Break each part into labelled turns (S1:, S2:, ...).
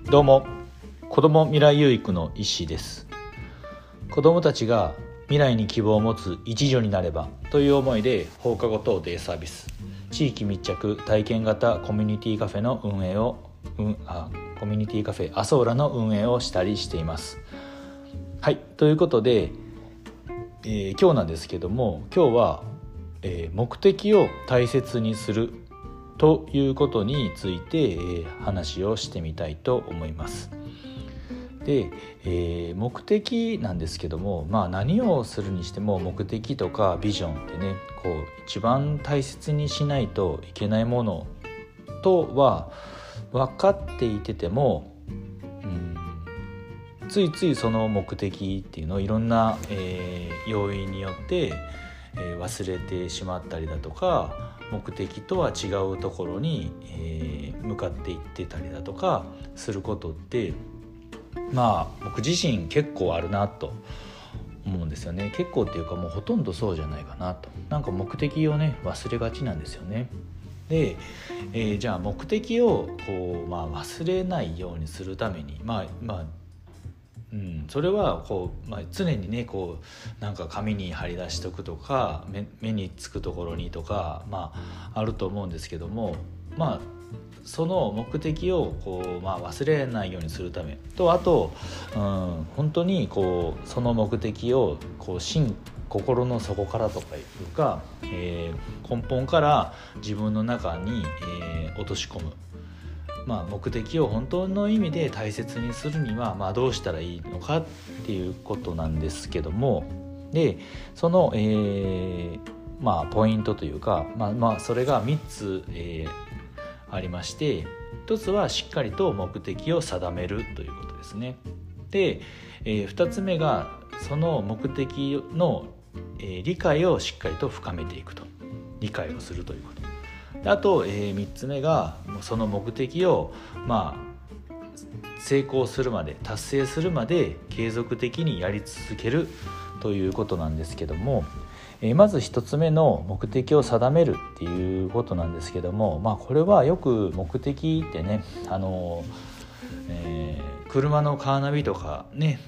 S1: どうも、子ども未来有育の石です。子どもたちが未来に希望を持つ一助になればという思いで、放課後等デイサービス、地域密着体験型コミュニティカフェの運営をコミュニティカフェアソーラの運営をしたりしています。はい、ということで、今日なんですけども、今日は、目的を大切にするということについて、話をしてみたいと思います。で、目的なんですけども、何をするにしても目的とかビジョンってね、一番大切にしないといけないものとは分かっていても、ついついその目的っていうのをいろんな、要因によって、忘れてしまったりだとか、目的とは違うところに、向かっていってたりだとかすることって、僕自身結構あるなと思うんですよね。結構っていうか、もうほとんどそうじゃないかなと。なんか目的をね忘れがちなんですよね。で、じゃあ目的を忘れないようにするためにそれは常にねなんか紙に貼り出しとくとか 目につくところにとか、あると思うんですけども、その目的を忘れないようにするためと、あと、本当にその目的を心の底からとかいうか、根本から自分の中に、落とし込む。目的を本当の意味で大切にするには、どうしたらいいのかっていうことなんですけども、でその、ポイントというか、それが3つ、ありまして、1つはしっかりと目的を定めるということですね。で、2つ目がその目的の、理解をしっかりと深めていくと、理解をするということ。あと、3つ目がその目的を成功するまで、達成するまで継続的にやり続けるということなんですけども、まず1つ目の目的を定めるっていうことなんですけども、これはよく目的ってね、車のカーナビとかね、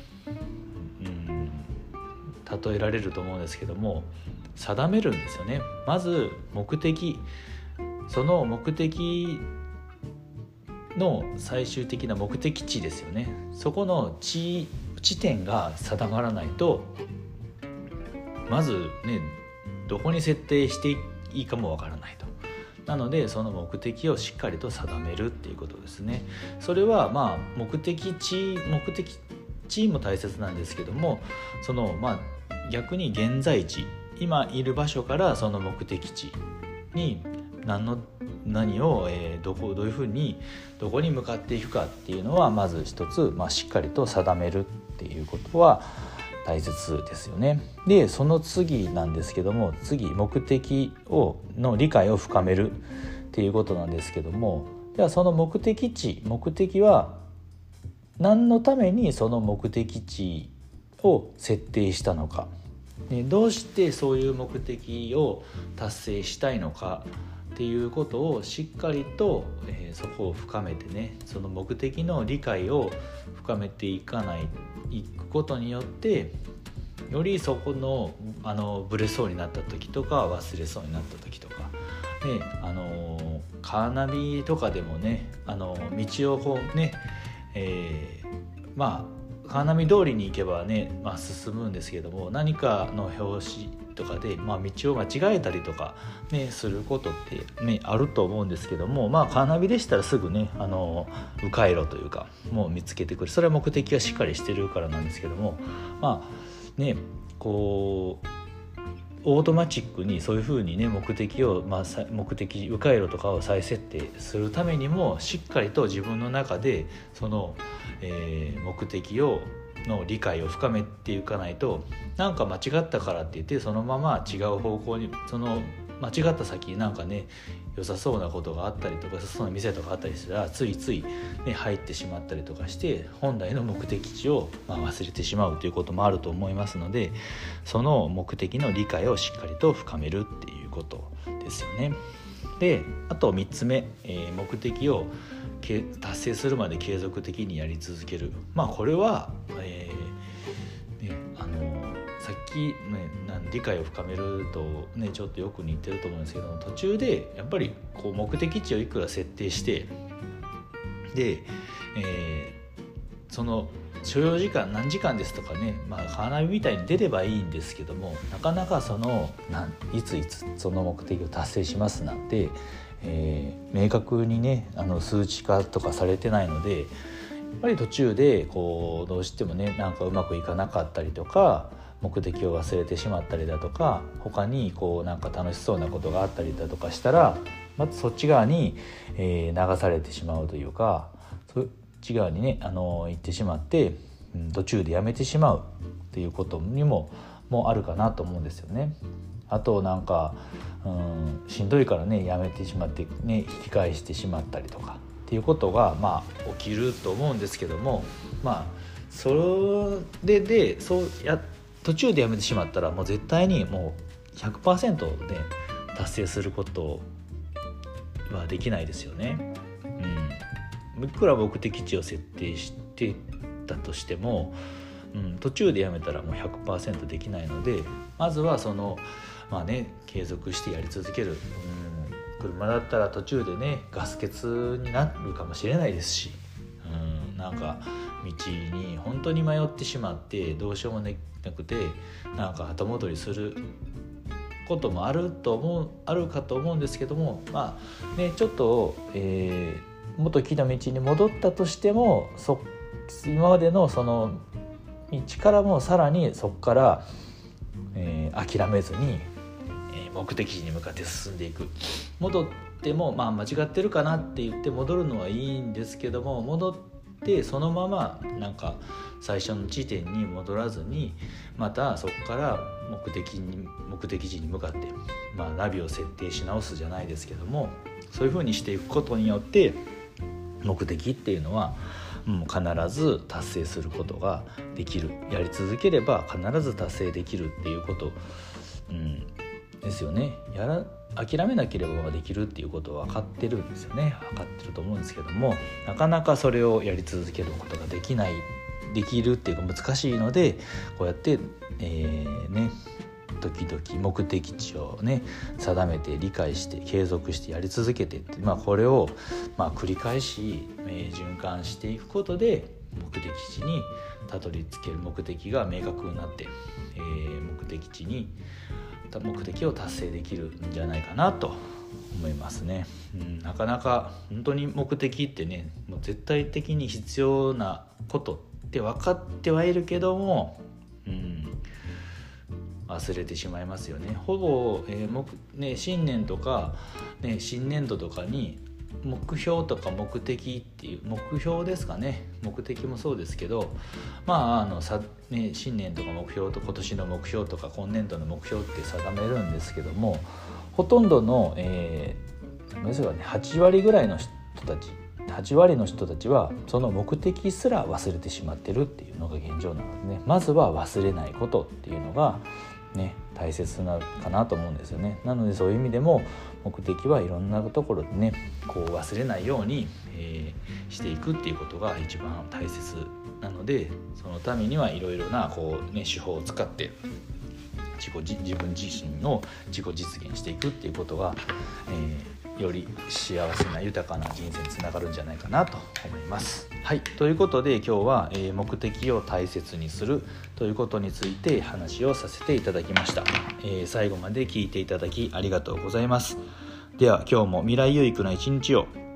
S1: 例えられると思うんですけども、定めるんですよね。まず目的、その目的の最終的な目的地ですよね。そこの地点が定まらないと、まずね、どこに設定していいかもわからないと。なのでその目的をしっかりと定めるっていうことですね。それは目的地も大切なんですけども、その逆に現在地、今いる場所からその目的地に何を、どういうふうにどこに向かっていくかっていうのは、まず一つ、しっかりと定めるっていうことは大切ですよね。でその次なんですけども、目的の理解を深めるっていうことなんですけども、ではその目的は何のためにその目的地を設定したのか、どうしてそういう目的を達成したいのかっていうことをしっかりと、そこを深めてね、その目的の理解を深めていくことによって、よりそこのブレそうになった時とか忘れそうになった時とかで、カーナビとかでもね、道をカーナビ通りに行けばね、進むんですけども、何かの拍子とかで、道を間違えたりとか、することって、あると思うんですけども、カーナビでしたらすぐね、迂回路というかもう見つけてくる。それは目的がしっかりしてるからなんですけども、オートマチックにそういうふうにね、目的迂回路とかを再設定するためにも、しっかりと自分の中でその、目的の理解を深めていかないと、なんか間違ったからって言ってそのまま違う方向に、その間違った先なんかね、良さそうなことがあったりとか、良さそうな店とかあったりしたら、ついつい、入ってしまったりとかして、本来の目的地を忘れてしまうということもあると思いますので、その目的の理解をしっかりと深めるっていうことですよね。で、あと3つ目、目的を達成するまで継続的にやり続ける。これは、さっき、理解を深めると、ちょっとよく似てると思うんですけど、途中でやっぱりこう目的地をいくら設定してで、その所要時間何時間ですとかね、カーナビみたいに出ればいいんですけども、なかなかいつその目的を達成しますなんて、明確にね数値化とかされてないので、やっぱり途中でこうどうしてもねうまくいかなかったりとか、目的を忘れてしまったりだとか、他にこう楽しそうなことがあったりだとかしたら、まずそっち側に、流されてしまうというか、そっち側にね行ってしまって、途中でやめてしまうっていうことにもあるかなと思うんですよね。あとしんどいからねやめてしまってね引き返してしまったりとかっていうことが起きると思うんですけども、それで途中でやめてしまったらもう絶対にもう 100% で達成することはできないですよね。いくら目的地を設定してたとしても、途中でやめたらもう 100% できないので、まずは継続してやり続ける。車だったら途中でねガス欠になるかもしれないですし、道に本当に迷ってしまってどうしようもなくて後戻りすることもあるかと思うんですけども、ちょっと、元来た道に戻ったとしても、今までのその道からもさらにそこから、諦めずに、目的地に向かって進んでいく。戻っても間違ってるかなって言って戻るのはいいんですけども、戻ってそのまま最初の地点に戻らずに、またそこから目的地に向かって、ナビを設定し直すじゃないですけども、そういう風にしていくことによって目的っていうのは必ず達成することができる。やり続ければ必ず達成できるっていうこと、ですよね。諦めなければできるっていうことは分かってるんですよね。分かってると思うんですけども、なかなかそれをやり続けることができるっていうか難しいので、こうやって、時々目的地をね定めて理解して継続してやり続けてって、これを繰り返し、循環していくことで目的地にたどり着ける。目的が明確になって、目的を達成できるんじゃないかなと思いますね。なかなか本当に目的ってねもう絶対的に必要なことって分かってはいるけども、忘れてしまいますよね。ほぼ、新年とか、新年度とかに目標とか目的っていう目標ですかね。目的もそうですけど、新年とか目標と今年の目標とか今年度の目標って定めるんですけども、ほとんどの、8割ぐらいの人たち8割の人たちはその目的すら忘れてしまってるっていうのが現状なのでね、まずは忘れないことっていうのがね大切なかなと思うんですよね。なのでそういう意味でも目的はいろんなところでねこう忘れないように、していくっていうことが一番大切なので、そのためにはいろいろな手法を使って自分自身の自己実現していくっていうことが、より幸せな豊かな人生につながるんじゃないかなと思います。はい、ということで今日は、目的を大切にするということについて話をさせていただきました。最後まで聞いていただきありがとうございます。では今日も未来有益な一日を。